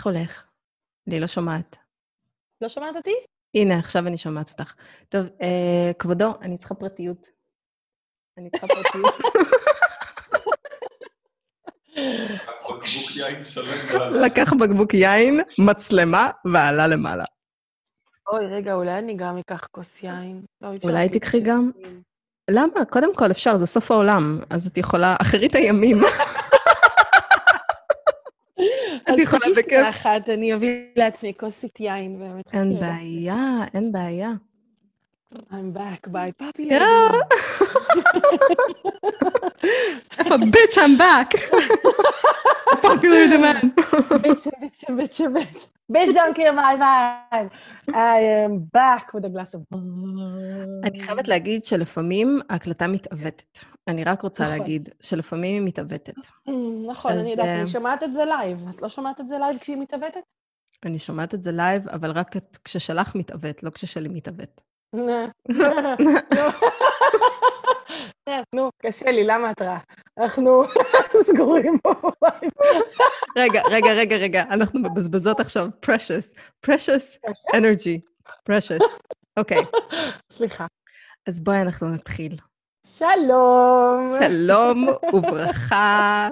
איך הולך? אני לא שומעת. לא שמעת אותי? הנה, עכשיו אני שומעת אותך. טוב, כבודו, אני צריכה פרטיות. אני צריכה פרטיות. בקבוק יין שלם. לקח בקבוק יין, מצלמה, ועלה למעלה. אוי, רגע, אולי אני גם אקח כוס יין. אולי תקחי גם? למה? קודם כל אפשר, זה סוף העולם. אז את יכולה, אחרית הימים. אז חכי שנייה אחת, אני אביא לעצמי כוסית יין, באמת. אין בעיה, אין בעיה. I'm back by Puppy Lady. bitch, I'm back. Popular demand. Bitch. Bitch don't kill my vibe. I am back with a glass of... אני חייבת להגיד שלפעמים ההקלטה מתעוותת. אני רק רוצה להגיד שלפעמים היא מתעוותת. נכון, אני יודעת, אני שומעת את זה לייב. את לא שומעת את זה לייב כשהיא מתעוותת? אני שומעת את זה לייב, אבל רק כששלך מתעוות, לא כששלי מתעוות. נו, קשה לי, למה את רעה? אנחנו סגורים פה בבית. רגע, אנחנו מבזבזות עכשיו precious energy, precious. אוקיי. סליחה. אז בואי אנחנו נתחיל. שלום וברכה.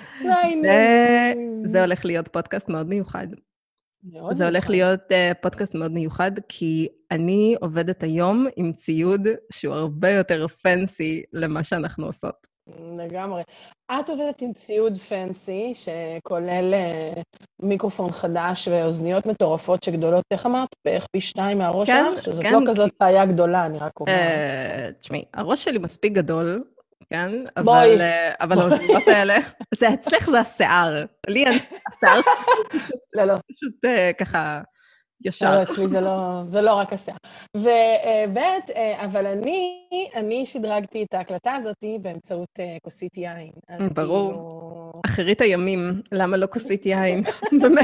זה הולך להיות פודקאסט מאוד מיוחד. זה הולך להיות פודקאסט מאוד מיוחד, כי אני עובדת היום עם ציוד שהוא הרבה יותר פנסי למה שאנחנו עושות. לגמרי. את עובדת עם ציוד פנסי, שכולל מיקרופון חדש ואוזניות מטורפות שגדולות, איך אמרת? בערך פי 2 מהראש שלך? שזאת לא כזאת בעיה גדולה, אני רק אומרת. תשמעי, הראש שלי מספיק גדול, כן? אבל האוזניות האלה, זה אצלך זה השיער. לי אין שיער, פשוט ככה ישר. לא, אצלי זה לא רק השיער. ובית, אבל אני שדרגתי את ההקלטה הזאת באמצעות כוסית יין. ברור. אחרית הימים, למה לא כוסית יין? באמת,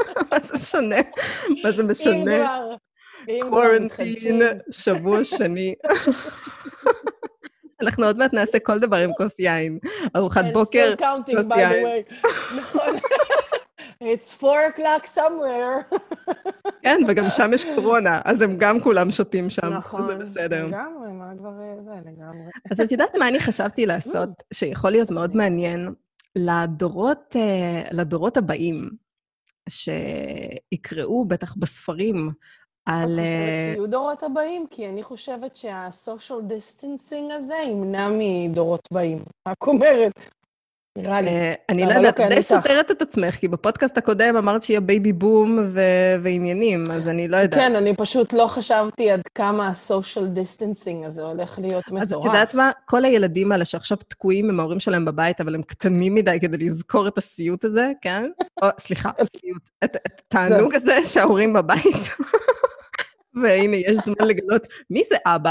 מה זה משנה? קורנטין, שבוע שני. אנחנו עוד מעט נעשה כל דבר עם כוס יין. ארוחת בוקר, כוס יין. נכון. It's 4 o'clock somewhere. כן, וגם שם יש קורונה, אז הם גם כולם שותים שם. נכון, זה בסדר. לגמרי, מה כבר זה, לגמרי. אז את יודעת מה אני חשבתי לעשות, שיכול להיות מאוד מעניין, לדורות הבאים, שיקראו בטח בספרים, את חושבת שיהיו דורות הבאים? כי אני חושבת שה-social distancing הזה ימנע מדורות באים. רק אומרת, נראה לי. אני לא יודעת, די סותרת את עצמך, כי בפודקאסט הקודם אמרת שיהיה בייבי בום ועניינים, אז אני לא יודעת. כן, אני פשוט לא חשבתי עד כמה ה-social distancing הזה הולך להיות מטורף. אז את יודעת מה? כל הילדים האלה שעכשיו תקועים עם ההורים שלהם בבית, אבל הם קטנים מדי כדי לזכור את הסיוט הזה, כן? סליחה, הסיוט. את התענוג הזה שההורים בבית. והנה, יש זמן לגלות, מי זה אבא?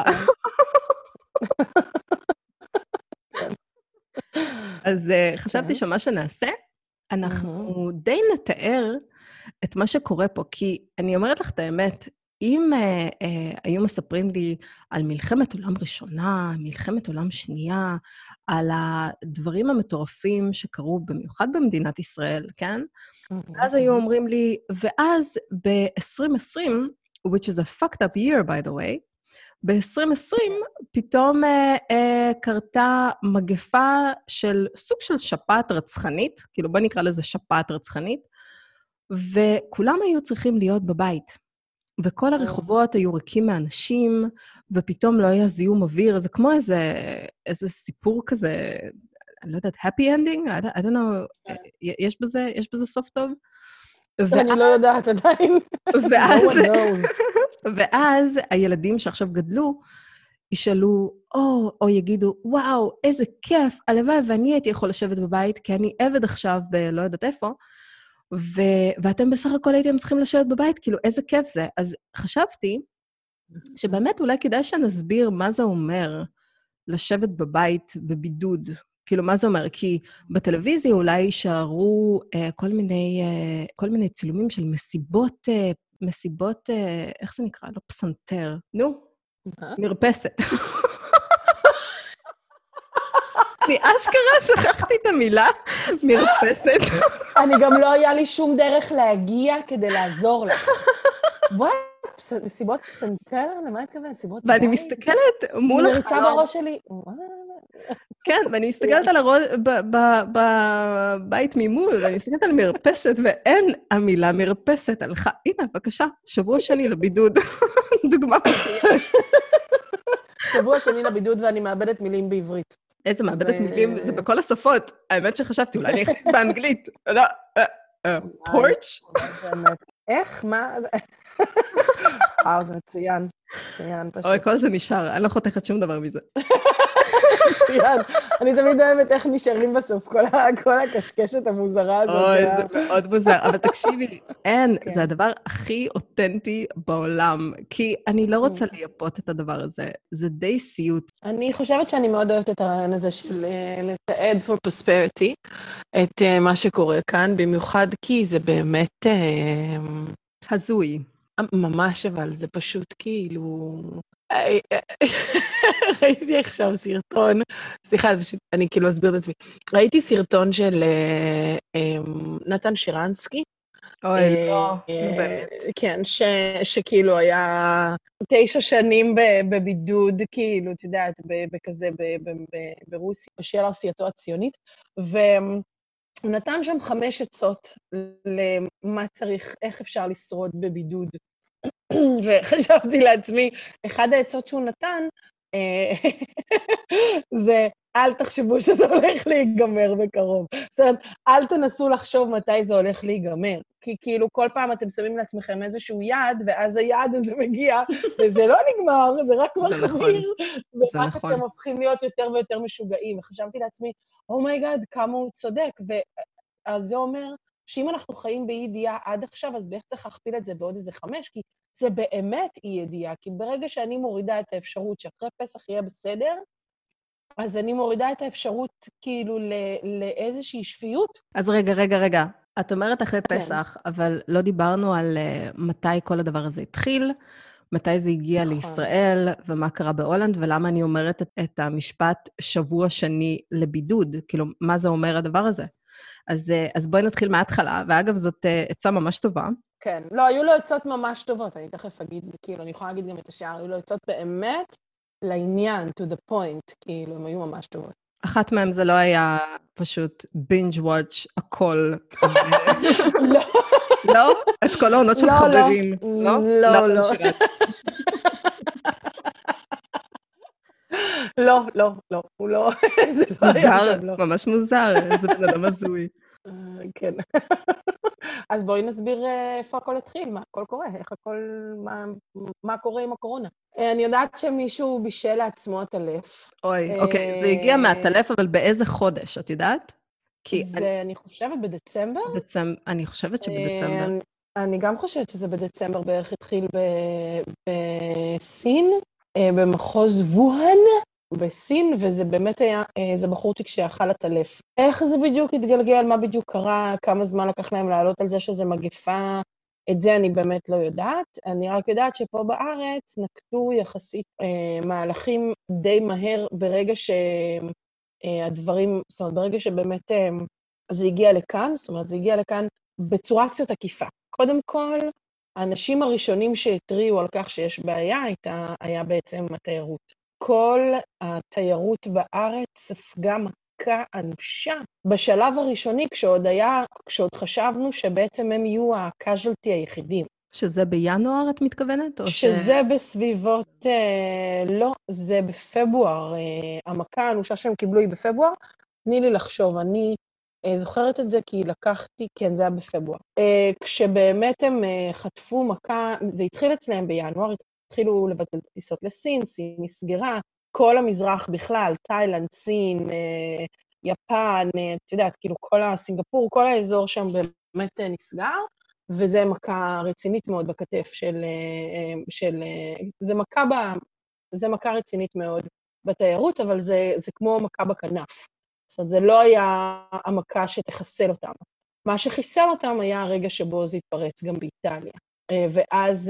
אז חשבתי שמה שנעשה, אנחנו די נתאר את מה שקורה פה, כי אני אומרת לך את האמת, אם היו מספרים לי על מלחמת עולם ראשונה, מלחמת עולם שנייה, על הדברים המטורפים שקרו במיוחד במדינת ישראל, כן? אז היו אומרים לי, ואז ב-2020, which is a fucked up year, by the way, ב-2020 פתאום קרתה מגפה של סוג של שפעת רצחנית, כאילו בוא נקרא לזה שפעת רצחנית, וכולם היו צריכים להיות בבית. וכל הרחובות היו ריקים מאנשים, ופתאום לא היה זיהום אוויר, זה כמו איזה סיפור כזה, אני לא יודעת, happy ending? I don't know, יש בזה סוף טוב? אני לא יודעת עדיין. ואז הילדים שעכשיו גדלו, ישאלו, או יגידו, וואו, איזה כיף, הלוואי, ואני הייתי יכול לשבת בבית, כי אני עבד עכשיו בלא יודעת איפה, ואתם בסך הכל הייתם צריכים לשבת בבית, כאילו, איזה כיף זה. אז חשבתי שבאמת אולי כדאי שנסביר מה זה אומר לשבת בבית בבידוד. כאילו, מה זה אומר? כי בטלוויזיה אולי יישארו כל מיני צילומים של מסיבות, איך זה נקרא? לא פסנתר. נו, מרפסת. אני אשכרה שכחתי את המילה מרפסת. אני גם לא היה לי שום דרך להגיע כדי לעזור לך. וואי, סיבות פסנתר? למה התכוון? סיבות בית? ואני מסתכלת מול מריצה החלום. בראש שלי. כן, ואני מסתכלת על הראש, בבית ממול, ואני מסתכלת על מרפסת, ואין המילה מרפסת. הלכה, הנה, בבקשה, שבוע שני לבידוד. דוגמה מצוינת. שבוע שני לבידוד ואני מאבדת מילים בעברית. איזה מאבדת מילים, זה בכל השפות. האמת שחשבתי, אולי אני אכניס באנגלית. לא, פורץ'? איך? מה? זה מצוין. מצוין פשוט. אוי, כל זה נשאר, אני לא חותכת שום דבר מזה. מצוין. אני תמיד אוהבת איך נשארים בסוף כל הקשקשת המוזרה הזאת. אוי, זה מאוד מוזר. אבל תקשיבי, אין, זה הדבר הכי אותנטי בעולם, כי אני לא רוצה לייפות את הדבר הזה. זה די סיוט. אני חושבת שאני מאוד אוהבת את הרעיון הזה של לתעד for prosperity, את מה שקורה כאן, במיוחד כי זה באמת... הזוי. ממש, אבל זה פשוט כאילו... ראיתי עכשיו סרטון, סליחה, אני כאילו אסביר את עצמי. ראיתי סרטון של נתן שרנסקי. אוי, לא, באמת. כן, שכאילו היה 9 שנים בבידוד, כאילו, את יודעת, בכזה, ברוסיה, בשל עשייתו הציונית, והוא נתן שם 5 עצות למה צריך, איך אפשר לשרוד בבידוד. וחשבתי לעצמי, אחד העצות שהוא נתן, זה אל תחשבו שזה הולך להיגמר בקרוב. זאת אומרת, אל תנסו לחשוב מתי זה הולך להיגמר. כי כאילו כל פעם אתם שמים לעצמכם איזשהו יעד, ואז היעד הזה מגיע, וזה לא נגמר, זה רק מחמיר, ורק אתם הופכים להיות יותר ויותר משוגעים. וחשבתי לעצמי, אומייגאד, כמה הוא צודק. ואז זה אומר שאם אנחנו חיים באי ידיעה עד עכשיו, אז בערך צריך להכפיל את זה בעוד איזה 5, כי זה באמת אי ידיעה, כי ברגע שאני מורידה את האפשרות שאחרי פסח יהיה בסדר, אז אני מורידה את האפשרות כאילו לאיזושהי שפיות. אז רגע. את אומרת אחרי פסח, אבל לא דיברנו על מתי כל הדבר הזה התחיל, מתי זה הגיע לישראל, ומה קרה בהולנד, ולמה אני אומרת את המשפט שבוע שני לבידוד, כאילו, מה זה אומר הדבר הזה? אז בואי נתחיל מההתחלה, ואגב, זאת עצה ממש טובה. כן, לא, היו לו עצות ממש טובות, אני תכף אגיד, כאילו, אני יכולה להגיד גם את השאר, היו לו עצות באמת לעניין, to the point, כאילו, הם היו ממש טובות. אחת מהם זה לא היה פשוט binge watch הכל. לא. לא? את כל העונות של חברים. לא. לא, הוא לא, זה לא היה שם, לא. ממש מוזר, איזה בן אדם הזוי. כן. אז בואי נסביר איפה הכל התחיל, מה הכל קורה, איך הכל, מה קורה עם הקורונה. אני יודעת שמישהו בישל לעצמו את הטלף. אוי, אוקיי, זה הגיע מהטלף, אבל באיזה חודש, את יודעת? זה, אני חושבת, בדצמבר? אני חושבת שבדצמבר. אני גם חושבת שזה בדצמבר, בערך התחיל בסין, במחוז ווהאן, בסין, וזה באמת היה, זה בחורצ'יק שאכל הטלף. איך זה בדיוק התגלגל, מה בדיוק קרה, כמה זמן לקח להם לעלות על זה שזה מגפה, את זה אני באמת לא יודעת. אני רק יודעת שפה בארץ נקטו יחסית מהלכים די מהר ברגע שהדברים, זאת אומרת, ברגע שבאמת זה הגיע לכאן, זאת אומרת, זה הגיע לכאן בצורה קצת עקיפה. קודם כל, האנשים הראשונים שהתריעו על כך שיש בעיה היה בעצם התיירות. כל התיירות בארץ ספגה מכה אנושה. בשלב הראשוני, כשעוד חשבנו שבעצם הם יהיו הקאז'לטי היחידים. שזה בינואר את מתכוונת? שזה בסביבות, לא, זה בפברואר. המכה האנושה שהם קיבלו היא בפברואר. תני לי לחשוב, אני זוכרת את זה כי לקחתי, כן, זה היה בפברואר. כשבאמת הם חטפו מכה, זה התחיל אצלהם בינואר, התחילו לבטל טיסות לסין, סין נסגרה, כל המזרח בכלל, תאילנד, סין, יפן, את יודעת, כאילו כל הסינגפור, כל האזור שם באמת נסגר, וזה מכה רצינית מאוד בכתף זה מכה רצינית מאוד בתיירות, אבל זה כמו מכה בכנף. זאת אומרת, זה לא היה המכה שתחסל אותם. מה שחיסל אותם היה הרגע שבו זה התפרץ גם באיטליה. ואז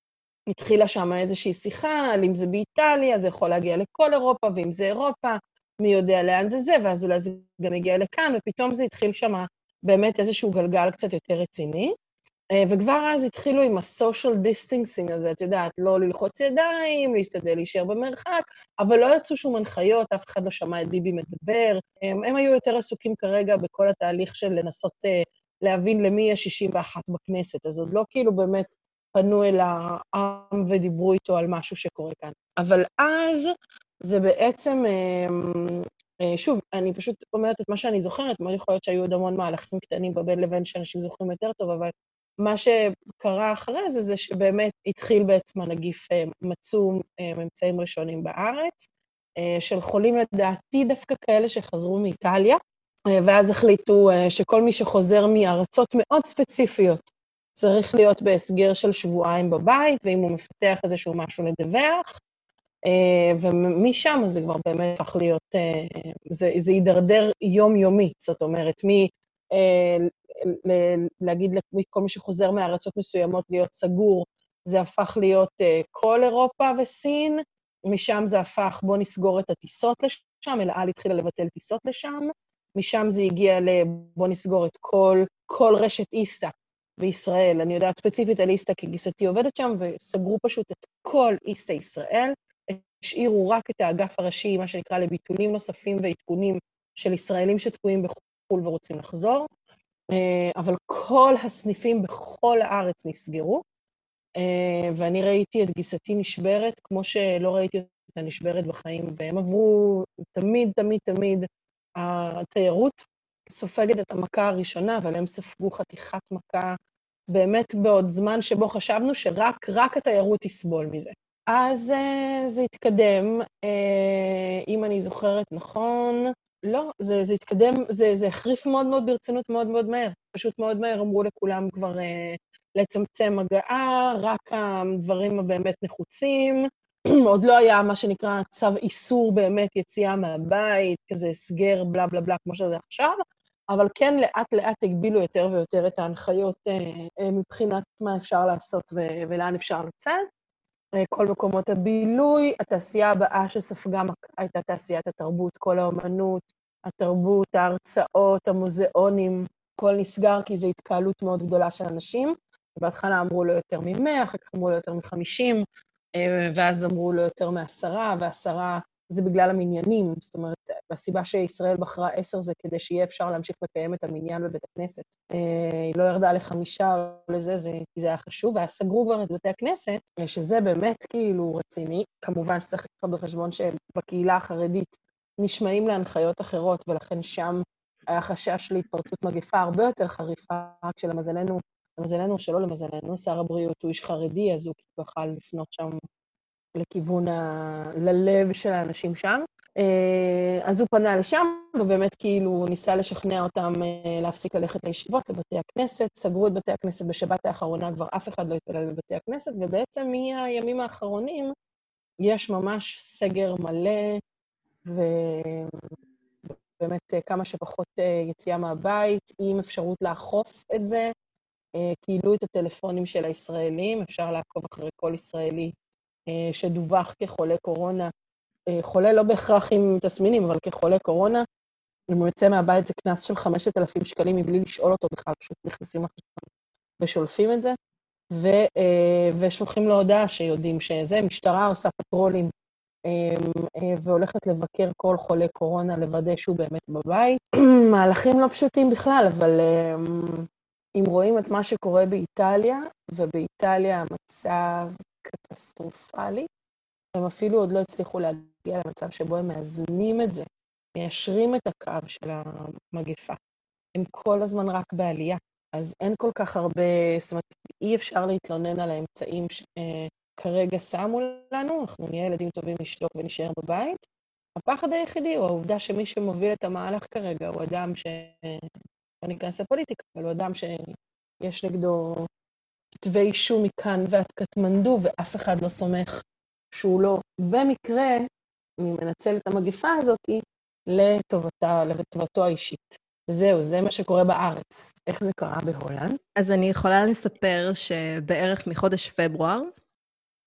התחילה שם איזושהי שיחה, על אם זה באיטליה, זה יכול להגיע לכל אירופה, ואם זה אירופה, מי יודע לאן זה, ואז אולי זה גם הגיע לכאן, ופתאום זה התחיל שם באמת איזשהו גלגל קצת יותר רציני. וכבר אז התחילו עם ה-social distancing הזה, את יודעת, לא ללחוץ ידיים, להשתדל להישאר במרחק, אבל לא יצאו שום הנחיות, אף אחד לא שמע את ביבי מדבר. הם היו יותר עסוקים כרגע בכל התהליך של לנסות להבין למי יש 61 בכנסת, אז עוד לא כאילו באמת פנו אל העם ודיברו איתו על משהו שקורה כאן. אבל אז זה בעצם, שוב, אני פשוט אומרת את מה שאני זוכרת, מאוד יכול להיות שהיו עוד המון מהלכים קטנים בבין לבין שאנשים זוכרים יותר טוב, אבל מה שקרה אחרי זה, זה שבאמת התחיל בעצם הנגיף, מצאו ממצאים ראשונים בארץ, של חולים לדעתי דווקא כאלה שחזרו מאיטליה, ואז החליטו שכל מי שחוזר מארצות מאוד ספציפיות, צריך להיות בהסגר של שבועיים בבית, ואם הוא מפתח איזשהו משהו לדווח, ומשם זה כבר באמת הפך להיות, זה יידרדר יומיומי, זאת אומרת, להגיד לכל מי שחוזר מארצות מסוימות להיות סגור, זה הפך להיות כל אירופה וסין, משם זה הפך, בוא נסגור את הטיסות לשם, אל על התחילה לבטל טיסות לשם, משם זה הגיע בוא נסגור את כל רשת איסטה בישראל, אני יודעת ספציפית על איסטה כי גיסתי עובדת שם, וסגרו פשוט את כל איסטה ישראל, השאירו רק את האגף הראשי, מה שנקרא לביטולים נוספים ועדכונים של ישראלים שתקועים בחו"ל ורוצים לחזור, אבל כל הסניפים בכל הארץ נסגרו, ואני ראיתי את גיסתי נשברת, כמו שלא ראיתי אותה נשברת בחיים, והם עברו תמיד, התיירות סופגת את המכה הראשונה, אבל הם ספגו חתיכת מכה, באמת בעוד זמן שבו חשבנו שרק התיירות תסבול מזה. אז זה התקדם, אם אני זוכרת נכון, לא, זה התקדם, זה החריף מאוד מאוד ברצינות, מאוד מאוד מהר. פשוט מאוד מהר אמרו לכולם כבר לצמצם הגעה, רק הדברים הבאמת נחוצים. עוד לא היה מה שנקרא צו איסור באמת יציאה מהבית, כזה הסגר בלה בלה בלה כמו שזה עכשיו, אבל כן לאט לאט הגבילו יותר ויותר את ההנחיות מבחינת מה אפשר לעשות ולאן אפשר לצאת. כל מקומות הבילוי, התעשייה הבאה שספגה הייתה תעשיית התרבות, כל האומנות, התרבות, ההרצאות, המוזיאונים, כל נסגר כי זו התקהלות מאוד גדולה של אנשים. בהתחלה אמרו לו יותר מ-100, אחר כך אמרו לו יותר מ-50, ואז אמרו לו יותר מ10, ו10 זה בגלל המניינים. זאת אומרת, הסיבה שישראל בחרה 10 זה כדי שיהיה אפשר להמשיך לקיים את המניין בבית הכנסת. היא לא ירדה ל5 או לזה, כי זה היה חשוב, ואז סגרו כבר את בתי הכנסת, שזה באמת כאילו רציני. כמובן שצריך לקחת בחשבון שבקהילה החרדית נשמעים להנחיות אחרות, ולכן שם היה חשש להתפרצות מגפה הרבה יותר חריפה, רק שלמזלנו, למזלנו או שלא למזלנו, שר הבריאות הוא איש חרדי, אז הוא יוכל לפנות שם לכיוון ללב של האנשים שם. אז הוא פנה לשם, ובאמת כאילו ניסה לשכנע אותם להפסיק ללכת לישיבות, לבתי הכנסת, סגרו את בתי הכנסת בשבת האחרונה, כבר אף אחד לא התפלל בבתי הכנסת, ובעצם מהימים האחרונים יש ממש סגר מלא, ובאמת כמה שפחות יציאה מהבית, עם אפשרות לאכוף את זה, כאילו את הטלפונים של הישראלים, אפשר לעקוב אחרי כל ישראלי שדווח כחולה קורונה, חולה לא בהכרח עם תסמינים, אבל כחולה קורונה, אם הוא יוצא מהבית זה קנס של 5,000 שקלים, מבלי לשאול אותו בכלל, פשוט נכנסים לחשבון ושולפים את זה, ושולחים לו הודעה שיודעים שזה, משטרה עושה פטרולים, והולכת לבקר כל חולה קורונה, לוודא שהוא באמת בבית. מהלכים לא פשוטים בכלל, אבל אם רואים את מה שקורה באיטליה, ובאיטליה המצב קטסטרופלי, הם אפילו עוד לא הצליחו להגיע למצב שבו הם מאזנים את זה, מיישרים את הקו של המגפה. הם כל הזמן רק בעלייה, אז אין כל כך הרבה, זאת אומרת, אי אפשר להתלונן על האמצעים שכרגע שמו לנו, אנחנו נהיה ילדים טובים לשתוק ונשאר בבית. הפחד היחידי הוא העובדה שמי שמוביל את המהלך כרגע הוא אדם אני אכנס לפוליטיקה, אבל הוא אדם שיש נגדו כתבי אישום מכאן ועד קטמנדו, ואף אחד לא סומך שהוא לא במקרה מנצל את המגפה הזאת לטובתו האישית. וזהו, זה מה שקורה בארץ. איך זה קרה בהולנד? אז אני יכולה לספר שבערך מחודש פברואר,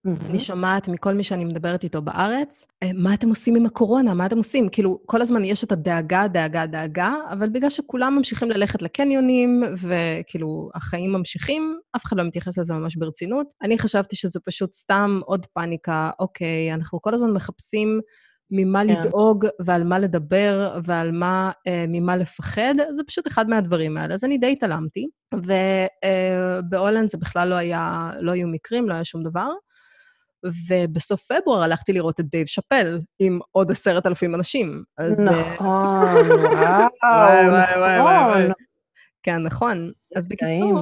אני שומעת מכל מי שאני מדברת איתו בארץ, מה אתם עושים עם הקורונה? מה אתם עושים? כאילו, כל הזמן יש את הדאגה, דאגה, דאגה, אבל בגלל שכולם ממשיכים ללכת לקניונים, וכאילו, החיים ממשיכים, אף אחד לא מתייחס לזה ממש ברצינות. אני חשבתי שזה פשוט סתם עוד פאניקה, אוקיי, אנחנו כל הזמן מחפשים ממה לדאוג, ועל מה לדבר, ועל מה, ממה לפחד, זה פשוט אחד מהדברים האלה. אז אני די התעלמתי, ובהולנד זה בכלל לא היו מקרים, לא היה שום דבר. ובסוף פברואר הלכתי לראות את דייב שאפל עם עוד 10,000 אנשים. נכון, וואו, נכון. כן, נכון. אז בקיצור,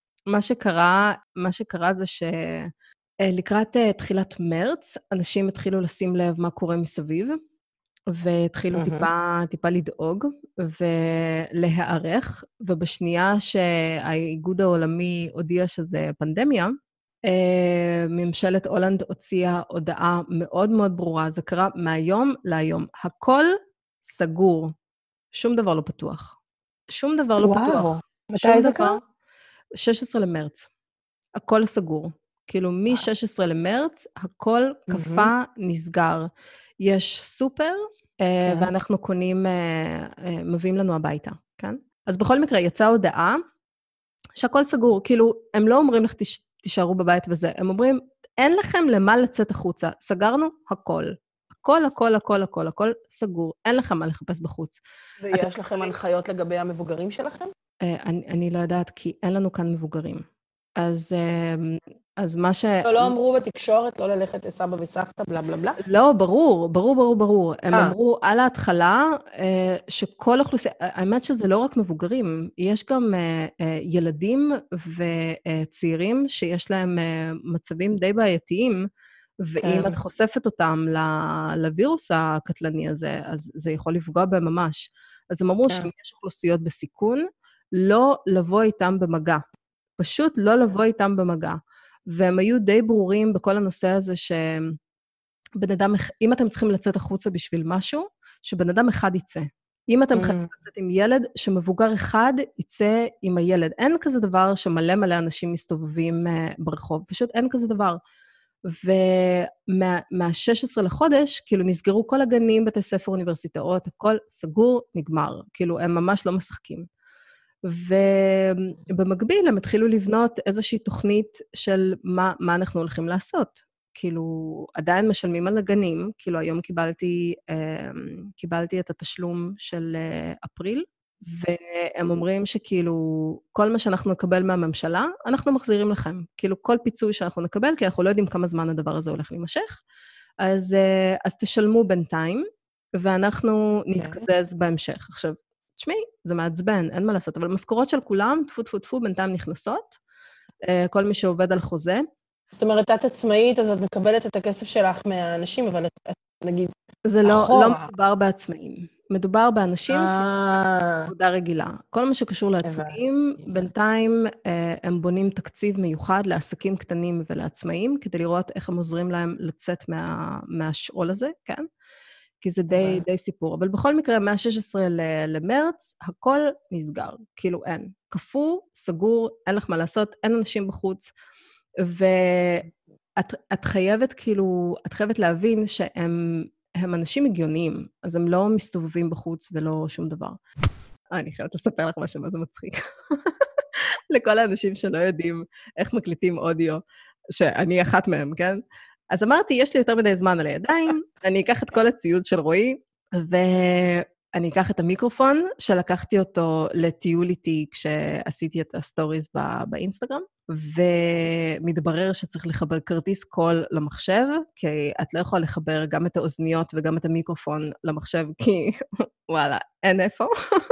מה שקרה זה שלקראת תחילת מרץ, אנשים התחילו לשים לב מה קורה מסביב, והתחילו טיפה לדאוג ולהיערך, ובשנייה שהאיגוד העולמי הודיע שזה פנדמיה, ממשלת הולנד הוציאה הודעה מאוד מאוד ברורה, זה קרה מהיום להיום. הכל סגור, שום דבר לא פתוח. שום דבר לא פתוח. מתי זה קרה? 16 למרץ. הכל סגור. כאילו, מ-16 למרץ, הכל קפה נסגר. יש סופר, ואנחנו קונים, מביאים לנו הביתה, כן? אז בכל מקרה, יצאה הודעה שהכל סגור. כאילו, הם לא אומרים לך, תישארו בבית וזה. הם אומרים, אין לכם למה לצאת החוצה. סגרנו הכל. הכל סגור. אין לכם מה לחפש בחוץ. ויש לכם הנחיות לגבי המבוגרים שלכם? אני לא יודעת, כי אין לנו כאן מבוגרים. אז מה לא אמרו בתקשורת, לא ללכת לסבא וסבתא, בלה בלה בלה? לא, ברור. הם אמרו על ההתחלה שכל אוכלוסייה, האמת שזה לא רק מבוגרים, יש גם ילדים וצעירים שיש להם מצבים די בעייתיים, ואם את חושפת אותם לווירוס הקטלני הזה, אז זה יכול לפגוע בהם ממש. אז הם אמרו שאם יש אוכלוסיות בסיכון, לא לבוא איתם במגע. פשוט לא לבוא איתם במגע. והם היו די ברורים בכל הנושא הזה שבן אדם, אם אתם צריכים לצאת החוצה בשביל משהו, שבן אדם אחד יצא. אם אתם חייבים לצאת עם ילד, שמבוגר אחד יצא עם הילד. אין כזה דבר שמלא אנשים מסתובבים ברחוב. פשוט אין כזה דבר. ומה-16 לחודש, כאילו נסגרו כל הגנים, בתי ספר, אוניברסיטאות, הכל סגור, נגמר. כאילו, הם ממש לא משחקים. ובמקביל הם התחילו לבנות איזושהי תוכנית של מה אנחנו הולכים לעשות. כאילו, עדיין משלמים על הגנים, כאילו היום קיבלתי את התשלום של אפריל, והם אומרים שכאילו, כל מה שאנחנו נקבל מהממשלה, אנחנו מחזירים לכם. כאילו, כל פיצוי שאנחנו נקבל, כי אנחנו לא יודעים כמה זמן הדבר הזה הולך להימשך, אז תשלמו בינתיים, ואנחנו נתקזז בהמשך. עכשיו, תשמעי, זה מעצבן, אין מה לעשות, אבל משכורות של כולם, טפו, בינתיים נכנסות, כל מי שעובד על חוזה. זאת אומרת, את עצמאית, אז את מקבלת את הכסף שלך מהאנשים, אבל את נגיד, זה לא מדובר בעצמאים, מדובר באנשים עבודה רגילה. כל מה שקשור לעצמאים, בינתיים הם בונים תקציב מיוחד לעסקים קטנים ולעצמאים, כדי לראות איך הם עוזרים להם לצאת מהשאול הזה, כן? כי זה די סיפור. אבל בכל מקרה, מה-16 למרץ, הכל נסגר. כאילו אין. קפוא, סגור, אין לך מה לעשות, אין אנשים בחוץ. ואת חייבת, כאילו, את חייבת להבין שהם אנשים הגיוניים, אז הם לא מסתובבים בחוץ ולא שום דבר. אני חייבת לספר לך משהו, מה זה מצחיק. לכל האנשים שלא יודעים איך מקליטים אודיו, שאני אחת מהם, כן? אז אמרתי, יש לי יותר מדי זמן על הידיים, אני אקח את כל הציוד של רועי, ואני אקח את המיקרופון, שלקחתי אותו לטיול איתי כשעשיתי את הסטוריז באינסטגרם, ומתברר שצריך לחבר כרטיס קול למחשב, כי את לא יכולה לחבר גם את האוזניות וגם את המיקרופון למחשב, כי וואלה, אין איפה.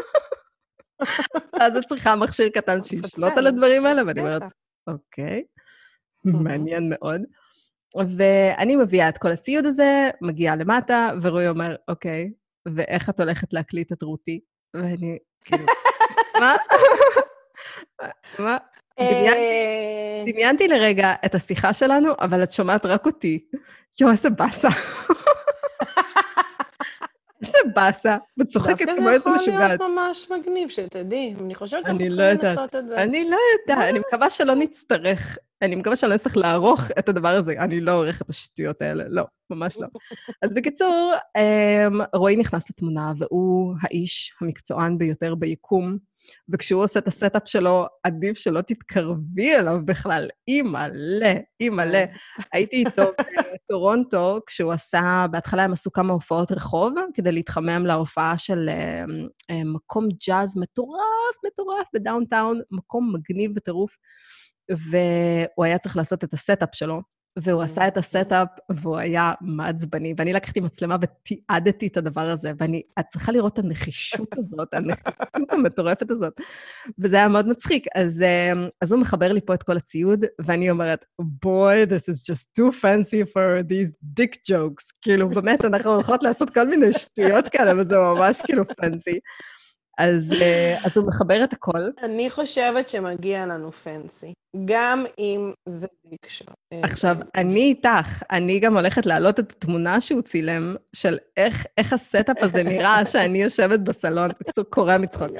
אז את צריכה מכשיר קטן שישלוט על הדברים האלה, ואני אומרת, אוקיי, מעניין מאוד. ואני מביאה את כל הציוד הזה, מגיעה למטה, ורועי אומר, אוקיי, ואיך את הולכת להקליט את רותי? ואני, כאילו, מה? מה? דמיינתי לרגע את השיחה שלנו, אבל את שומעת רק אותי. יו, איזה באסה. איזה באסה, וצוחקת כמו איזה משוגעת. דווקא זה יכול להיות ממש מגניב, שתדעי. אני חושבת שאנחנו צריכים לנסות את זה. אני לא יודעת, אני מקווה שלא נצטרך, אני מקווה שאני לא אצטרך לערוך את הדבר הזה, אני לא עורך את השטויות האלה, לא, ממש לא. אז בקיצור, רועי נכנס לתמונה, והוא האיש המקצוען ביותר ביקום, וכשהוא עושה את הסטאפ שלו, עדיף שלא תתקרבי אליו בכלל, אימא'לה. הייתי איתו בטורונטו, כשהוא עשה, בהתחלה הם עשו כמה הופעות רחוב, כדי להתחמם להופעה של מקום ג'אז מטורף בדאונטאון, מקום מגניב בטירוף, והוא היה צריך לעשות את הסטאפ שלו, והוא עשה את הסטאפ, והוא היה מעצבני, ואני לקחתי מצלמה ותיעדתי את הדבר הזה, את צריכה לראות את הנחישות הזאת, הנחישות המטורפת הזאת, וזה היה מאוד מצחיק. אז הוא מחבר לי פה את כל הציוד, ואני אומרת, boy, this is just too fancy for these dick jokes. כאילו, באמת, אנחנו הולכות לעשות כל מיני שטויות כאלה, וזה ממש כאילו פנסי. אז הוא מחבר את הכל. אני חושבת שמגיע לנו פנסי, גם אם זה דיקשו. עכשיו, אני איתך, אני גם הולכת להעלות את התמונה שהוא צילם, של איך הסטאפ הזה נראה שאני יושבת בסלון, בקיצור, קורא מצחוק.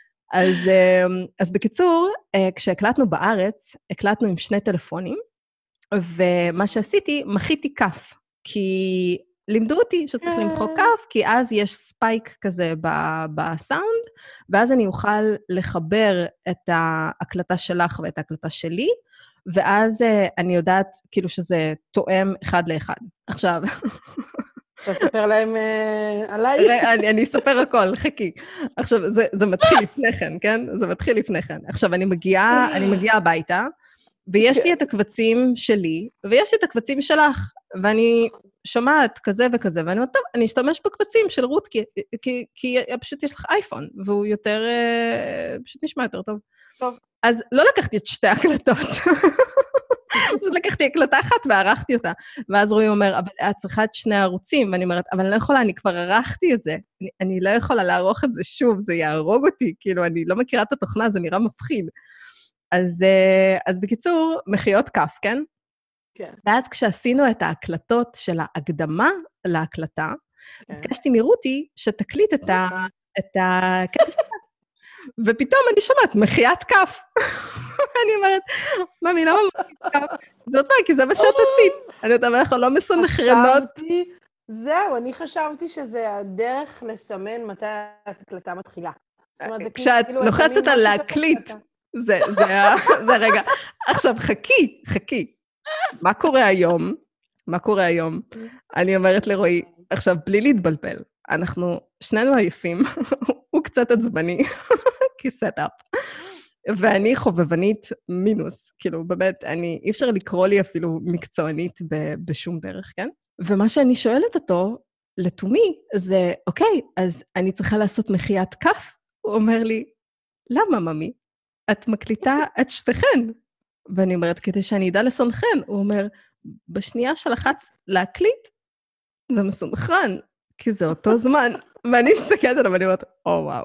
אז בקיצור, כשהקלטנו בארץ, הקלטנו עם 2 טלפונים, ומה שעשיתי, מחיתי כף, כי לימדו אותי שצריך למחוא כף, כי אז יש ספייק כזה בסאונד, ואז אני אוכל לחבר את ההקלטה שלך ואת ההקלטה שלי, ואז אני יודעת כאילו שזה תואם אחד לאחד. עכשיו... אפשר לספר להם עליי? אני אספר הכל, חכי. עכשיו, זה מתחיל לפני כן, כן? זה מתחיל לפני כן. עכשיו, אני מגיעה הביתה, ויש לי את הקבצים שלי, ויש לי את הקבצים שלך, ואני שומעת כזה וכזה, ואני אומרת, טוב, אני אשתמש בקבצים של רות, כי פשוט יש לך אייפון, והוא יותר, פשוט נשמע יותר טוב. טוב. אז לא לקחתי את 2 הקלטות. פשוט לקחתי הקלטה אחת וערכתי אותה. ואז רועי אומר, אבל את צריכה את 2 הערוצים, ואני אומרת, אבל אני לא יכולה, אני כבר ערכתי את זה. אני לא יכולה לערוך את זה שוב, זה יהרוג אותי, כאילו, אני לא מכירה את התוכנה, זה נראה מפחיד. אז בקיצור, מחיאות כף, כן? כן. ואז כשעשינו את ההקלטות של ההקדמה להקלטה, ביקשתי מרותי שתקליט את הקטע שלה. ופתאום אני שומעת מחיית כף. אני אומרת, ממי, למה מחיית כף? זאת מה, כי זה מה שאת עשית. אני יודעת, אבל אנחנו לא מסונכרנות. אני חשחשתי שזה הדרך לסמן מתי ההקלטה מתחילה. כשאת לוחצת על להקליט, זה הרגע. עכשיו, חכי. מה קורה היום? אני אומרת לרועי, עכשיו, בלי להתבלבל, אנחנו שנינו עייפים, הוא קצת עצבני, כי סטאפ, ואני חובבנית מינוס, כאילו, באמת, אי אפשר לקרוא לי אפילו מקצוענית בשום דרך, כן? ומה שאני שואלת אותו, לתומי, זה, אוקיי, אז אני צריכה לעשות מחיית כף? הוא אומר לי, למה, ממי? את מקליטה את שתיכן. ואני אומרת, כדי שאני אדע לסונכרן, הוא אומר, בשנייה שלחץ להקליט, זה מסונכרן, כי זה אותו זמן. ואני מסתכלת עליו, ואני אומרת, וואו.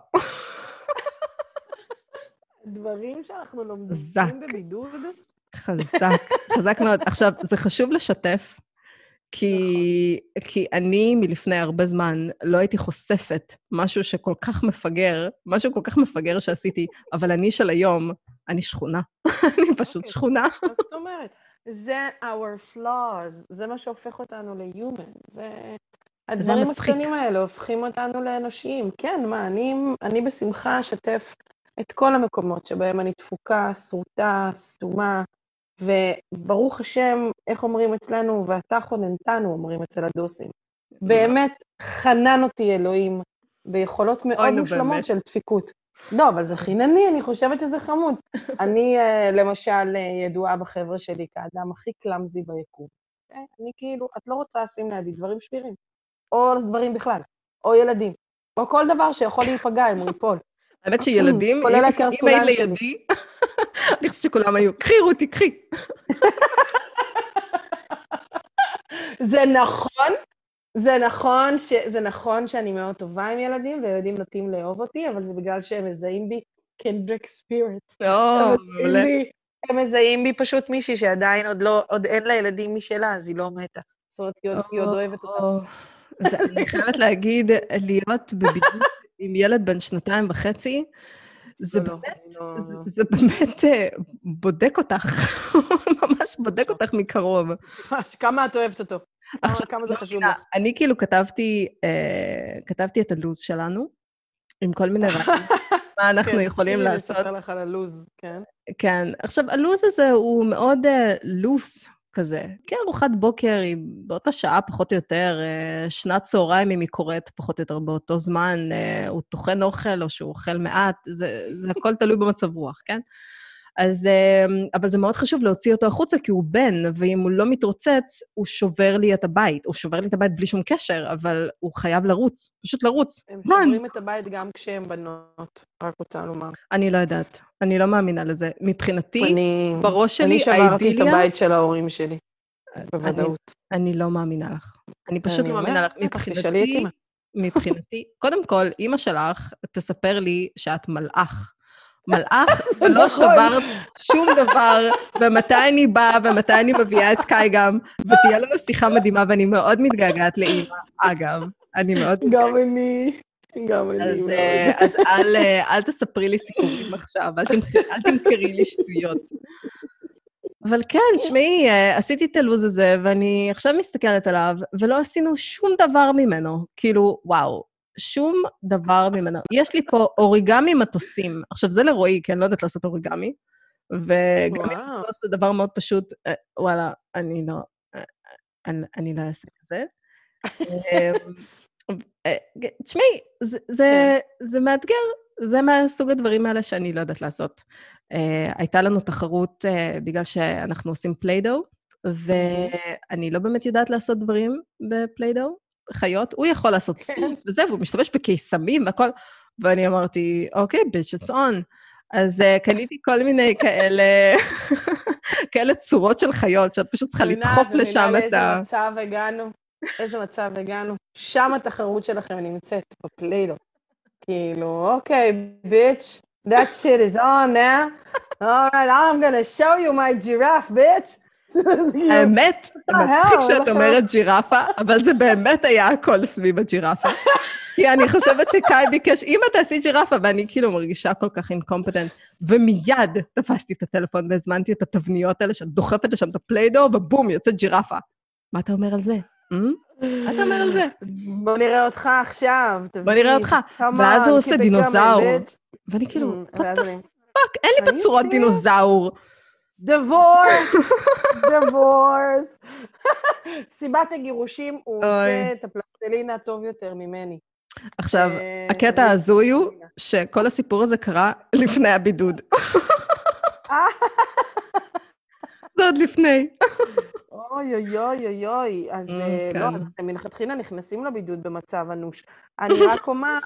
דברים שאנחנו לומדים בבידוד. חזק מאוד. עכשיו, זה חשוב לשתף, כי אני מלפני הרבה זמן לא הייתי חושפת משהו שכל כך מפגר שעשיתי, אבל אני של היום, אני שכונה. אני פשוט שכונה. מה זאת אומרת? זה our flaws, זה מה שהופך אותנו ל-human. הדברים הקטנים האלה הופכים אותנו לאנושיים. כן, מה, אני בשמחה אשתף את כל המקומות שבהם אני דפוקה, סרוטה, סתומה, וברוך השם, איך אומרים אצלנו, ואתה חוננתנו, אומרים אצל הדוסים. באמת חנן אותי אלוהים, ביכולות מאוד מושלמות של דפיקות. לא, אבל זה חינני, אני חושבת שזה חמוד. אני, למשל, ידועה בחבר'ה שלי כאדם הכי קלאמזי ביקום. אני כאילו, את לא רוצה לשים לידי דברים שבירים, או דברים בכלל, או ילדים, או כל דבר שיכול להיפגע אם הוא ייפול. האמת שילדים, אם היית לידי, אני חושבת שכולם היו, קחי רותי, קחי. זה נכון שאני מאוד טובה עם ילדים, וילדים נוטים לאהוב אותי, אבל זה בגלל שהם מזהים בי קנדריק ספיריט. הם מזהים בי פשוט מישהי שעדיין עוד אין לה ילדים משלה, אז היא לא מתה. זאת אומרת, היא עוד אוהבת אותה. אני חייבת להגיד, להיות בבידוד עם ילד בן 2.5, זה באמת בודק אותך, ממש בודק אותך מקרוב. ממש, כמה את אוהבת אותו? כמה זה חשוב לך? אני כאילו כתבתי את הלוז שלנו, עם כל מיני רעיונות, מה אנחנו יכולים לעשות. כן, לספר לך על הלוז, כן. כן, עכשיו, הלוז הזה הוא מאוד לוס כזה. כן, ארוחת בוקר היא באותה שעה פחות או יותר, שנת צהריים אם היא קורית פחות או יותר באותו זמן, הוא טוחן אוכל או שהוא אוכל מעט, זה הכל תלוי במצב רוח, כן? אז, אבל זה מאוד חשוב להוציא אותו החוצה, כי הוא בן, ואם הוא לא מתרוצץ, הוא שובר לי את הבית. הוא שובר לי את הבית בלי שום קשר, אבל הוא חייב לרוץ, פשוט לרוץ. הם שוברים את הבית גם כשהם בנות, רק רוצה לומר. אני לא יודעת, אני לא מאמינה לזה. מבחינתי, בראש שלי, אני שברתי את הבית של ההורים שלי, בוודאות. אני לא מאמינה לך. אני פשוט לא מאמינה לך. מבחינתי, קודם כל, אמא שלך תספר לי שאת מלאך. מלאך, ולא שברת שום דבר, ומתי אני באה, ומתי אני מביאה את קאי גם, ותהיה לנו שיחה מדהימה, ואני מאוד מתגעגעת לאמא. אגב, אני מאוד מתגעגעת. גם אני מאוד. אז אל תספרי לי סיפורים עכשיו, אל תמכרי לי שטויות. אבל כן, תשמעי, עשיתי את הלוז הזה, ואני עכשיו מסתכלת עליו, ולא עשינו שום דבר ממנו. כאילו, וואו, שום דבר ממנו. יש לי פה אוריגמי מטוסים. עכשיו, זה לרועי, כי אני לא יודעת לעשות אוריגמי, וגם אם מטוס זה דבר מאוד פשוט, וואלה, אני לא אעשה את זה. תשמעי, זה מאתגר, זה מהסוג הדברים האלה שאני לא יודעת לעשות. הייתה לנו תחרות בגלל שאנחנו עושים פליידו, ואני לא באמת יודעת לעשות דברים בפליידו, חיות, הוא יכול לעשות סוס וזה, והוא משתמש בקיסמים והכל, ואני אמרתי, אוקיי, bitch, it's on. אז קניתי כל מיני כאלה צורות של חיות, שאת פשוט צריכה לדחוף לשם את ה... איזה מצב הגענו. שם התחרות שלכם נמצאת בפליידו. כאילו, אוקיי, bitch, that shit is on now. All right, I'm gonna show you my giraffe, bitch. האמת, מצחיק שאת אומרת ג'ירפה, אבל זה באמת היה הכל סביב הג'ירפה. כי אני חושבת שקאי ביקש, אם אתה עשית ג'ירפה, ואני כאילו מרגישה כל כך אינקומפטנט, ומיד תפסתי את הטלפון והזמנתי את התבניות האלה, שאת דוחפת לשם את הפליידו, ובום, יוצאת ג'ירפה. מה אתה אומר על זה? מה אתה אומר על זה? בוא נראה אותך עכשיו. בוא נראה אותך. ואז הוא עושה דינוזאור. ואני כאילו, פאק, אין לי בצורות דינוזאור. divorce. סיבת הגירושים, הוא עושה את הפלסטלינה טוב יותר ממני. עכשיו, הקטע הזוי הוא שכל הסיפור הזה קרה לפני הבידוד. זה עוד לפני. אוי, אז לא, אז אתם מלכתחילה נכנסים לבידוד במצב אנוש. אני רק אומר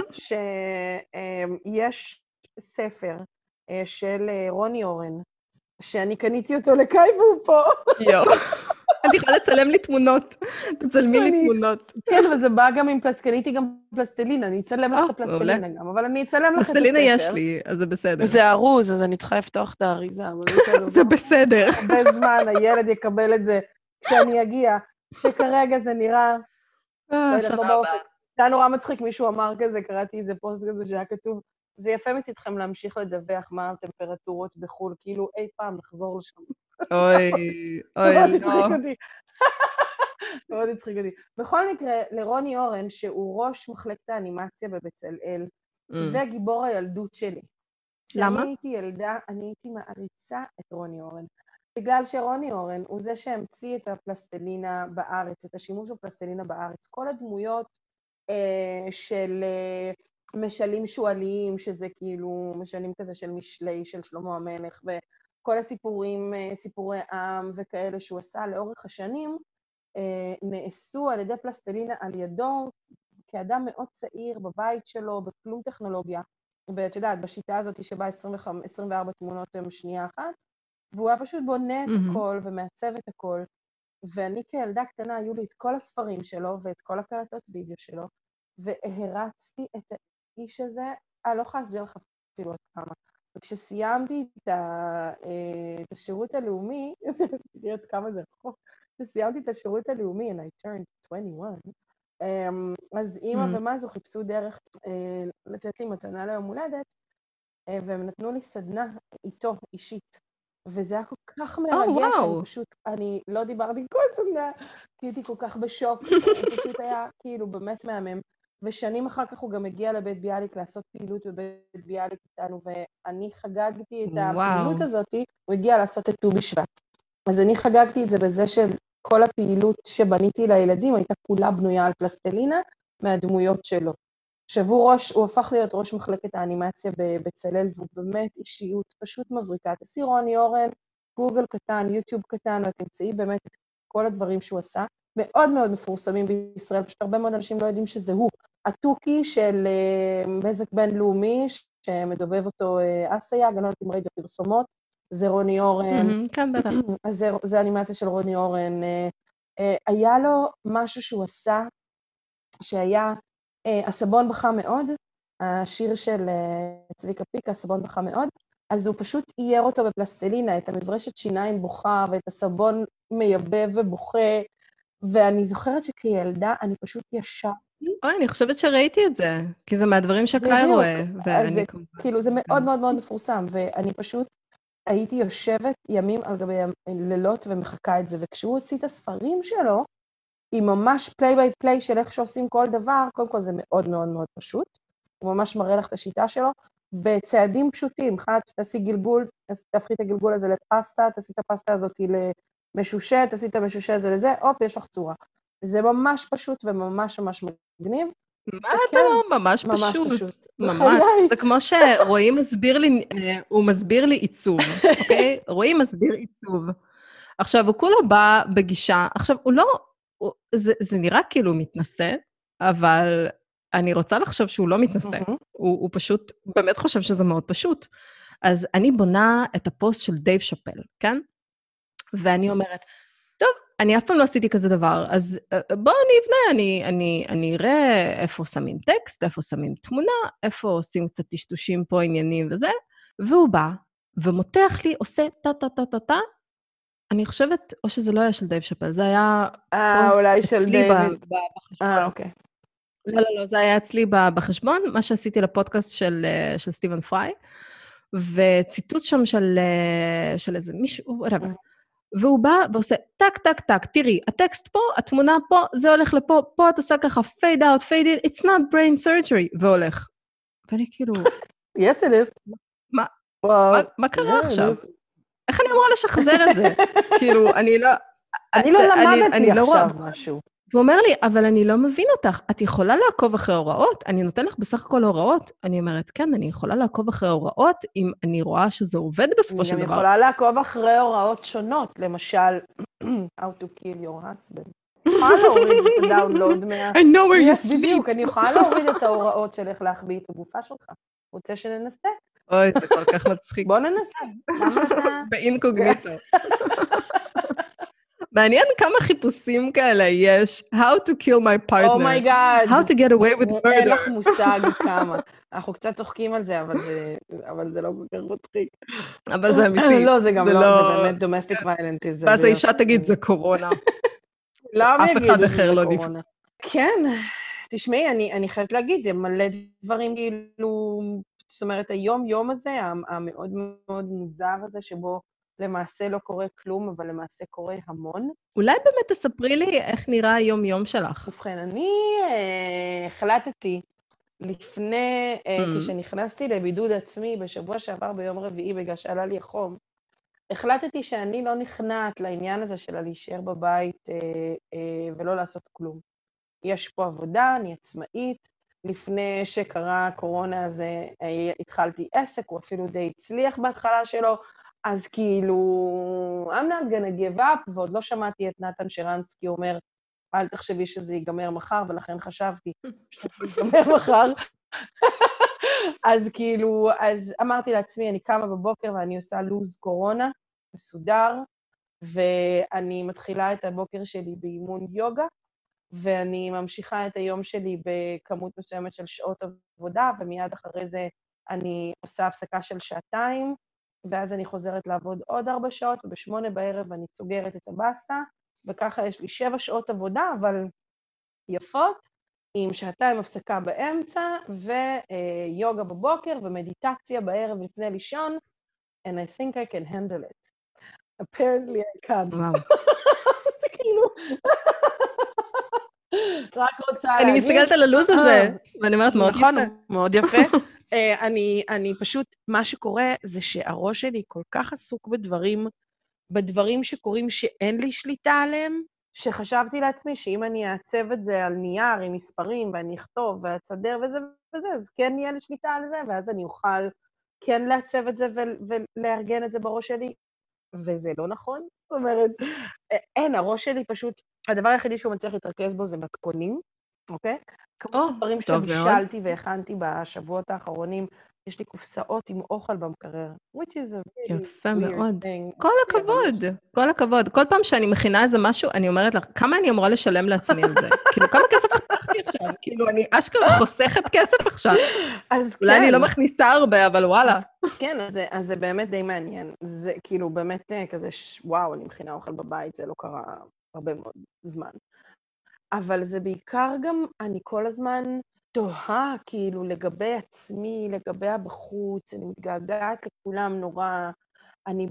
שיש ספר של רוני אורן, שאני קניתי אותו לקאי והוא פה. יו, אני יכולה לצלם לי תמונות, תצלמי לי תמונות. כן, וזה בא גם עם קניתי גם פלסטלינה, אני אצלם לך את הפלסטלינה גם, אבל אני אצלם לך את הספר. פלסטלינה יש לי, אז זה בסדר. זה ארוז, אז אני צריכה לפתוח את האריזה. זה בסדר. הרבה זמן, הילד יקבל את זה כשאני אגיע, שכרגע זה נראה... זה היה נורא מצחיק, מישהו אמר כזה, קראתי איזה פוסט כזה שהיה כתוב, זה יפה מצדכם להמשיך לדווח מה הטמפרטורות בחול, כאילו אי פעם לחזור לשם. אוי, לא. מאוד הצחיק אותי. בכל מקרה, לרוני אורן, שהוא ראש מחלקת האנימציה בבצלאל, וגיבור הילדות שלי. למה? כשאני הייתי ילדה, אני הייתי מעריצה את רוני אורן. בגלל שרוני אורן הוא זה שהמציא את הפלסטלינה בארץ, את השימוש בפלסטלינה בארץ. כל הדמויות של משלים שואליים, שזה כאילו משלים כזה של משלי, של שלמה המלך, וכל הסיפורים, סיפורי עם וכאלה שהוא עשה לאורך השנים, נעשו על ידי פלסטלינה על ידו, כאדם מאוד צעיר בבית שלו, בכלום טכנולוגיה, ואת יודעת, בשיטה הזאת שבה 24 תמונות הם שנייה אחת, והוא היה פשוט בונה את הכל ומעצב את הכל, ואני כילדה קטנה, היו לי את כל הספרים שלו ואת כל הקלטות וידאו שלו, והרצתי את האיש הזה, לא יכולה להסביר לך אפילו עוד כמה. וכשסיימתי את השירות הלאומי, תראי עד כמה זה רחוק, כשסיימתי את השירות הלאומי, and I turned 21, אז אימא ומזו חיפשו דרך לתת לי מתנה ליום הולדת, והם נתנו לי סדנה איתו, אישית. וזה היה כל כך מרגש, אני לא דיברתי כל סדנה, כי הייתי כל כך בשוק, פשוט היה כאילו באמת מהמם. ושנים אחר כך הוא גם הגיע לבית ביאליק לעשות פעילות בבית ביאליק איתנו, ואני חגגתי את הפעילות הזאת, הוא הגיע לעשות את ט"ו בשבט. אז אני חגגתי את זה בזה שכל הפעילות שבניתי לילדים הייתה כולה בנויה על פלסטלינה מהדמויות שלו. עכשיו הוא הפך להיות ראש מחלקת האנימציה בבצלאל, והוא באמת אישיות פשוט מבריקה. תעשי רוני אורן, גוגל קטן, יוטיוב קטן, ואת תמצאי באמת את כל הדברים שהוא עשה. מאוד מאוד מפורסמים בישראל, פשוט הרבה מאוד אנשים לא יודעים שזה הוא. התוכי של בזק בינלאומי, שמדובב אותו אסיה, גנות עם ראית בפרסומות, זה רוני אורן. כן, בטח. אז זה אנימציה של רוני אורן. היה לו משהו שהוא עשה, שהיה הסבון בכה מאוד, השיר של צביקה פיק, הסבון בכה מאוד, אז הוא פשוט אייר אותו בפלסטלינה, את המברשת שיניים בוכה, ואת הסבון מייבב ובוכה, ואני זוכרת שכילדה אני פשוט ישבתי. אוי, אני חושבת שראיתי את זה, כי זה מהדברים שקאי רואה. כאילו זה מאוד מאוד מאוד מפורסם, ואני פשוט הייתי יושבת ימים על גבי לילות ומחכה את זה, וכשהוא הוציא את הספרים שלו, היא ממש פליי ביי פליי של איך שעושים כל דבר, קודם כל זה מאוד מאוד מאוד פשוט, הוא ממש מראה לך את השיטה שלו, בצעדים פשוטים, אחד, תעשי גלגול, תהפכי את הגלגול הזה לפסטה, תעשי את הפסטה הזאת למשושט, תעשי את המשושט הזה לזה, הופ, יש לך צורה. זה ממש פשוט וממש ממש מגניב. מה אתה אומר? ממש פשוט. ממש. זה כמו שרועי מסביר לי, הוא מסביר לי עיצוב, אוקיי? רועי מסביר עיצוב. עכשיו, הוא כולו בא בגישה, עכשיו, הוא לא, זה נראה כאילו מתנשא, אבל אני רוצה לחשוב שהוא לא מתנשא. הוא פשוט, באמת חושב שזה מאוד פשוט. אז אני בונה את הפוסט של דייב שאפל, כן? ואני אומרת, טוב, אני אף פעם לא עשיתי כזה דבר, אז בואו נבנה, אני אראה איפה שמים טקסט, איפה שמים תמונה, איפה עושים קצת טשטושים פה, עניינים וזה, והוא בא, ומותח לי, עושה טה-טה-טה-טה, אני חושבת, או שזה לא היה של דייב שאפל, זה היה פוסט אצלי בחשבון. אוקיי. לא, זה היה אצלי בחשבון, מה שעשיתי לפודקאסט של סטיבן פריי, וציטוט שם של איזה מישהו, והוא בא ועושה טק, טק, טק, תראי, הטקסט פה, התמונה פה, זה הולך לפה, פה את עושה ככה, fade out, fade in, it's not brain surgery, והולך. ואני כאילו... Yes, it is. מה קרה עכשיו? איך אני אמורה לשחזר את זה? כאילו, אני לא למדתי עכשיו משהו. והוא אומר לי, אבל אני לא מבין אותך, את יכולה לעקוב אחרי הוראות? אני נותן לך בסך הכל הוראות. אני אומרת, כן, אני יכולה לעקוב אחרי הוראות, אם אני רואה שזה עובד בסופו של דבר. אני גם יכולה לעקוב אחרי הוראות שונות, למשל, how to kill your husband. אני יכולה להוריד את הדאונלוד I know where you sleep. בדיוק, אני יכולה להוריד את ההוראות של איך להחביא את הגופה שלך. רוצה שננסה? אוי, זה כל כך מצחיק. בוא ננסה. למה אתה... באינקוגניטו. מעניין כמה חיפושים כאלה יש. How to kill my partner. Oh my God. How to get away with murder. אין לך מושג כמה. אנחנו קצת צוחקים על זה, אבל זה לא כל כך מצחיק. אבל זה אמיתי. לא, זה גם לא, זה באמת domestic violence. ואז האישה תגיד, זה קורונה. אף אחד אחר לא נפגע. כן, תשמעי, אני חייבת להגיד, מלא דברים כאילו, זאת אומרת, היום הזה, המאוד מאוד מוזר הזה, שבו למעשה לא קורה כלום, אבל למעשה קורה המון. אולי באמת תספרי לי איך נראה היום-יום שלך. ובכן, אני החלטתי לפני, כשנכנסתי לבידוד עצמי בשבוע שעבר ביום רביעי, בגלל שעלה לי החום, החלטתי שאני לא נכנעת לעניין הזה של להישאר בבית ולא לעשות כלום. יש פה עבודה, אני עצמאית, לפני שקרה הקורונה הזה התחלתי עסק, הוא אפילו די הצליח בהתחלה שלו, אז כאילו, I'm not gonna give up, ועוד לא שמעתי את נתן שרנסקי אומר, אל תחשבי שזה ייגמר מחר, ולכן חשבתי שזה ייגמר מחר. אז כאילו, אז אמרתי לעצמי, אני קמה בבוקר ואני עושה לוז קורונה, מסודר, ואני מתחילה את הבוקר שלי באימון יוגה, ואני ממשיכה את היום שלי בכמות מסוימת של שעות עבודה, ומיד אחרי זה אני עושה הפסקה של 2 שעתיים, ואז אני חוזרת לעבוד עוד 4 שעות, וב8 בערב אני סוגרת את הבאסטה, וככה יש לי 7 שעות עבודה, אבל יפות, עם שעתיים הפסקה באמצע, ויוגה בבוקר, ומדיטציה בערב לפני לישון, and I think I can handle it. apparently I can. וואו. זה כאילו... רק רוצה להגיד... אני מסתכלת על הלוז הזה, ואני אומרת מאוד יפה. נכון, מאוד יפה. אני פשוט, מה שקורה זה שהראש שלי כל כך עסוק בדברים שקורים שאין לי שליטה עליהם, שחשבתי לעצמי שאם אני אעצב את זה על נייר עם מספרים, ואני אכתוב ואצדר וזה וזה, אז כן יהיה לי שליטה על זה, ואז אני אוכל כן לעצב את זה ולארגן את זה בראש שלי, וזה לא נכון. זאת אומרת, אין, הראש שלי פשוט, הדבר היחידי שהוא מצליח להתרכז בו זה מתכונים, אוקיי? כמו דברים שבישלתי והכנתי בשבועות האחרונים, יש לי קופסאות עם אוכל במקרר, which is a really יפה weird מאוד. thing. כל הכבוד, כל הכבוד. כל פעם שאני מכינה איזה משהו, אני אומרת לך, כמה אני אמורה לשלם לעצמי על זה? כאילו, כמה כסף חתכתי עכשיו? כאילו, אני אשכרה חוסכת כסף עכשיו. אולי אני לא מכניסה הרבה, אבל וואלה. כן, אז זה באמת די מעניין. זה כאילו באמת כזה, וואו, אני מכינה אוכל בבית, זה לא קרה הרבה מאוד זמן. אבל זה בעיקר גם, אני כל הזמן תוהה, כאילו, לגבי עצמי, לגבי הבחוץ, אני מתגעגעת לכולם נורא, אני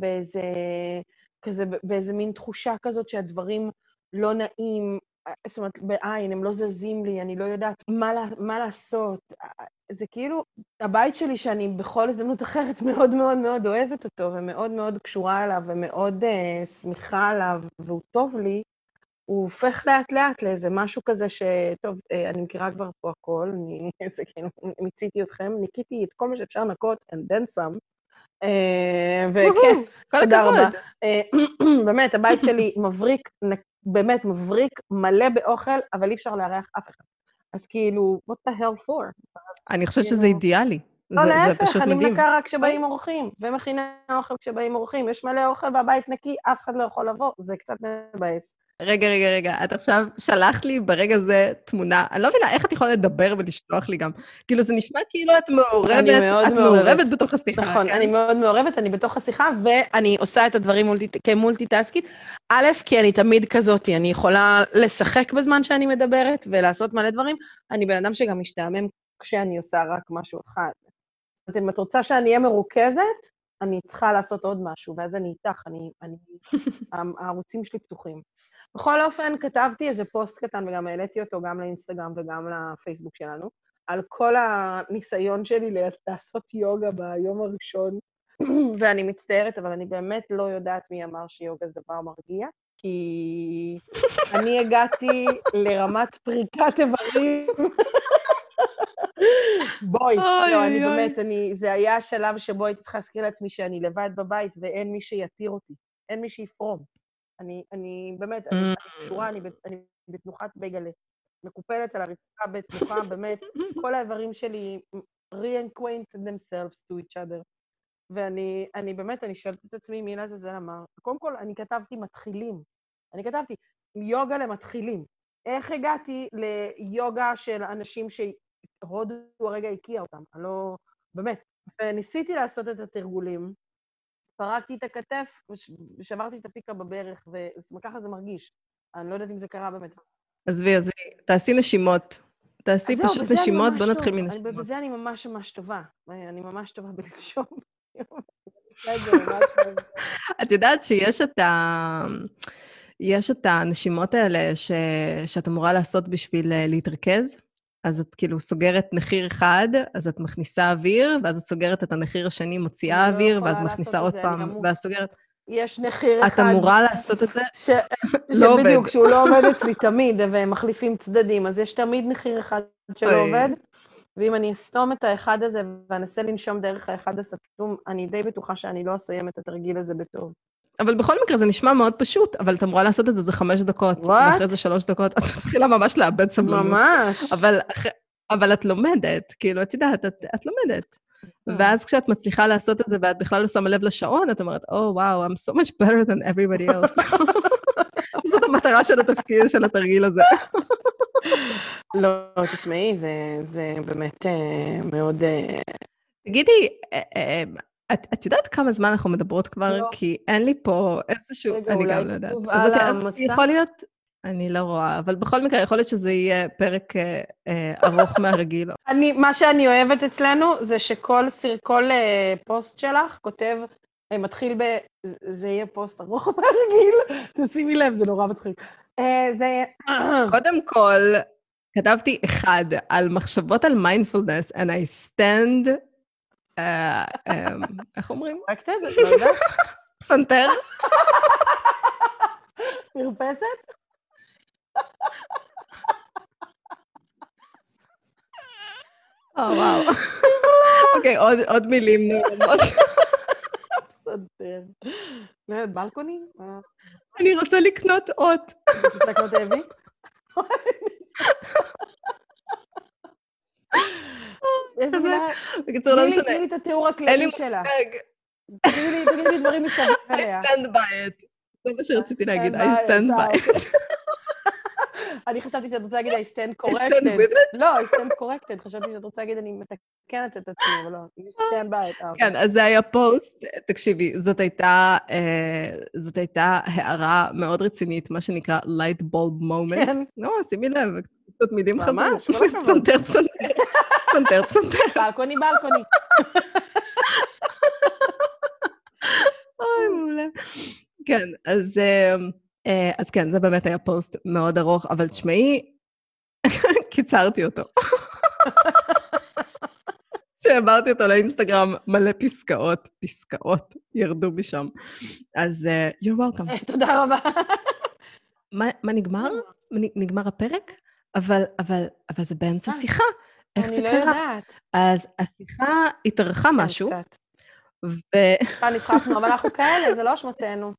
באיזה מין תחושה כזאת שהדברים לא נעים, זאת אומרת, בעין, הם לא זזים לי, אני לא יודעת מה לעשות. זה כאילו, הבית שלי שאני בכל הזדמנות אחרת מאוד מאוד מאוד אוהבת אותו, ומאוד מאוד קשורה אליו, ומאוד שמחה עליו, והוא טוב לי, הוא הופך לאט לאט לאיזה משהו כזה שטוב, אני מכירה כבר פה הכל, זה כאילו, מיציתי אתכם, ניקיתי את כל מה שאפשר לנקות, and then some. וכן, תודה רבה. באמת, הבית שלי מבריק, באמת מבריק, מלא באוכל, אבל אי אפשר לארח אף אחד. אז כאילו, what the hell for? אני חושבת שזה אידיאלי. לא, להפך, אני מנקה רק כשבאים אורחים, ומכינה אוכל כשבאים אורחים. יש מלא אוכל והבית נקי, אף אחד לא יכול לבוא, זה קצת מבאס. רגע, את עכשיו שלחת לי ברגע זה תמונה, אני לא מבינה איך את יכולה לדבר ולשלוח לי גם, כאילו זה נשמע כאילו את מעורבת בתוך השיחה. נכון, אני מאוד מעורבת, אני בתוך השיחה, ואני עושה את הדברים כמולטיטסקית, א', כי אני תמיד כזאת, אני יכולה לשחק בזמן שאני מדברת, ולעשות מלא דברים, אני בן אדם שגם משתעמם כשאני עושה רק משהו אחד. אם את רוצה שאני אהיה מרוכזת, אני צריכה לעשות עוד משהו, ואז אני איתך, הערוצים שלי פתוחים. בכל אופן, כתבתי איזה פוסט קטן, וגם העליתי אותו גם לאינסטגרם וגם לפייסבוק שלנו, על כל הניסיון שלי לעשות יוגה ביום הראשון, ואני מצטערת, אבל אני באמת לא יודעת מי אמר שיוגה זה דבר מרגיע, כי אני הגעתי לרמת פריקת איברים. בואי, לא, אני באמת, זה היה השלב שבו הייתי צריכה להזכיר לעצמי שאני לבד בבית, ואין מי שיתיר אותי, אין מי שיפרום. אני באמת, אני קשורה, אני בתנוחת בגלה, מקופלת על הרצפה בתנוחה, באמת, כל האיברים שלי re-acquainted themselves to each other. ואני באמת, אני שואלת את עצמי, מי לעזאזל אמר. קודם כל, אני כתבתי מתחילים. אני כתבתי יוגה למתחילים. איך הגעתי ליוגה של אנשים שהודו הרגע הקיע אותם? לא, באמת. וניסיתי לעשות את התרגולים, פרקתי את הכתף ושברתי את הפיקה בברך, וככה זה מרגיש. אני לא יודעת אם זה קרה באמת. עזבי, תעשי נשימות. תעשי פשוט נשימות, בוא נתחיל מנשימות. בזה אני ממש ממש טובה. אני ממש טובה בלנשום. את יודעת שיש את הנשימות האלה שאת אמורה לעשות בשביל להתרכז? אז את כאילו סוגרת נחיר אחד, אז את מכניסה אוויר, ואז את סוגרת את הנחיר השני, מוציאה אוויר, ואז מכניסה עוד פעם, ואז סוגרת. יש נחיר אחד. את אמורה לעשות את זה? שבדיוק, שהוא לא עובד אצלי תמיד, והם מחליפים צדדים, אז יש תמיד נחיר אחד שלא עובד, ואם אני אסתום את האחד הזה, ואנסה לנשום דרך האחד הסתום, אני די בטוחה שאני לא אסיים את התרגיל הזה בטוב. אבל בכל מקרה זה נשמע מאוד פשוט, אבל את אמורה לעשות את זה 5 דקות, ואחרי זה 3 דקות, את מתחילה ממש לאבד סבלנות. ממש. אבל את לומדת, כאילו, את יודעת, את לומדת. ואז כשאת מצליחה לעשות את זה, ואת בכלל לא שמה לב לשעון, את אומרת, וואו, I'm so much better than everybody else. זאת המטרה של התפקיד של התרגיל הזה. לא, תשמעי, זה באמת מאוד... תגידי, את יודעת כמה זמן אנחנו מדברות כבר? כי אין לי פה איזשהו... רגע, אולי כתוב על המצע? יכול להיות... אני לא רואה, אבל בכל מקרה, יכול להיות שזה יהיה פרק ארוך מהרגיל. מה שאני אוהבת אצלנו, זה שכל פוסט שלך כותב, מתחיל זה יהיה פוסט ארוך מהרגיל, תשימי לב, זה נורא מצחיק. קודם כל, כתבתי אחד על מחשבות על מיינדפולנס, and I stand, איך אומרים? פרקטד? לא יודעת? פסנתר? מרפסת? וואו. אוקיי, עוד מילים נורמות. פסנתר. בלקוני? אני רוצה לקנות אות. רוצה לקנות אבי? בקיצור, לא משנה. תגידי לי את התיאור הכללי שלה. תגידי לי דברים מסביב אליה. I stand by it. זה מה שרציתי להגיד, I stand by it. אני חשבתי שאת רוצה להגיד, I stand corrected. לא, I stand corrected. חשבתי שאת רוצה להגיד, אני מתקנת את עצמי, אבל לא. You stand by it. כן, אז זה היה פוסט. תקשיבי, זאת הייתה הערה מאוד רצינית, מה שנקרא light bulb moment. כן. לא, שימי לב, קצת מילים חזרו. ממש, כל הכבוד. פסנתר, פסנתר. בלקוני. אוי, מעולה. כן, אז כן, זה באמת היה פוסט מאוד ארוך, אבל תשמעי, קיצרתי אותו. שהעברתי אותו לאינסטגרם, מלא פסקאות ירדו משם. אז you're welcome. תודה רבה. מה נגמר? נגמר הפרק? אבל זה באמצע שיחה. איך זה קרה? אני לא יודעת. אז השיחה התארכה משהו. קצת. נצחקנו, אבל אנחנו כאלה, זה לא אשמתנו.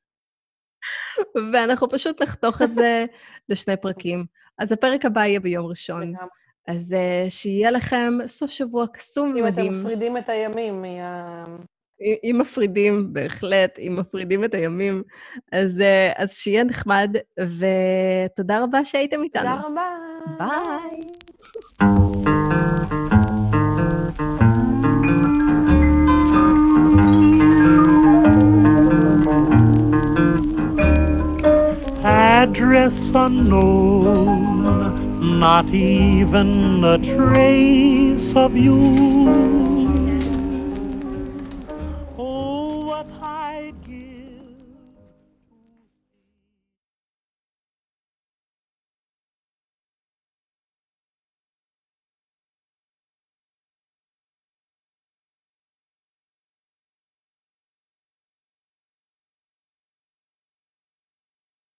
ואנחנו פשוט נחתוך את זה לשני פרקים. אז הפרק הבא יהיה ביום ראשון. אז שיהיה לכם סוף שבוע קסום ומדהים. אם אתם מפרידים את הימים אם מפרידים, בהחלט, אם מפרידים את הימים, אז שיהיה נחמד, ותודה רבה שהייתם איתנו. תודה רבה. ביי. Address unknown, not even a trace of you.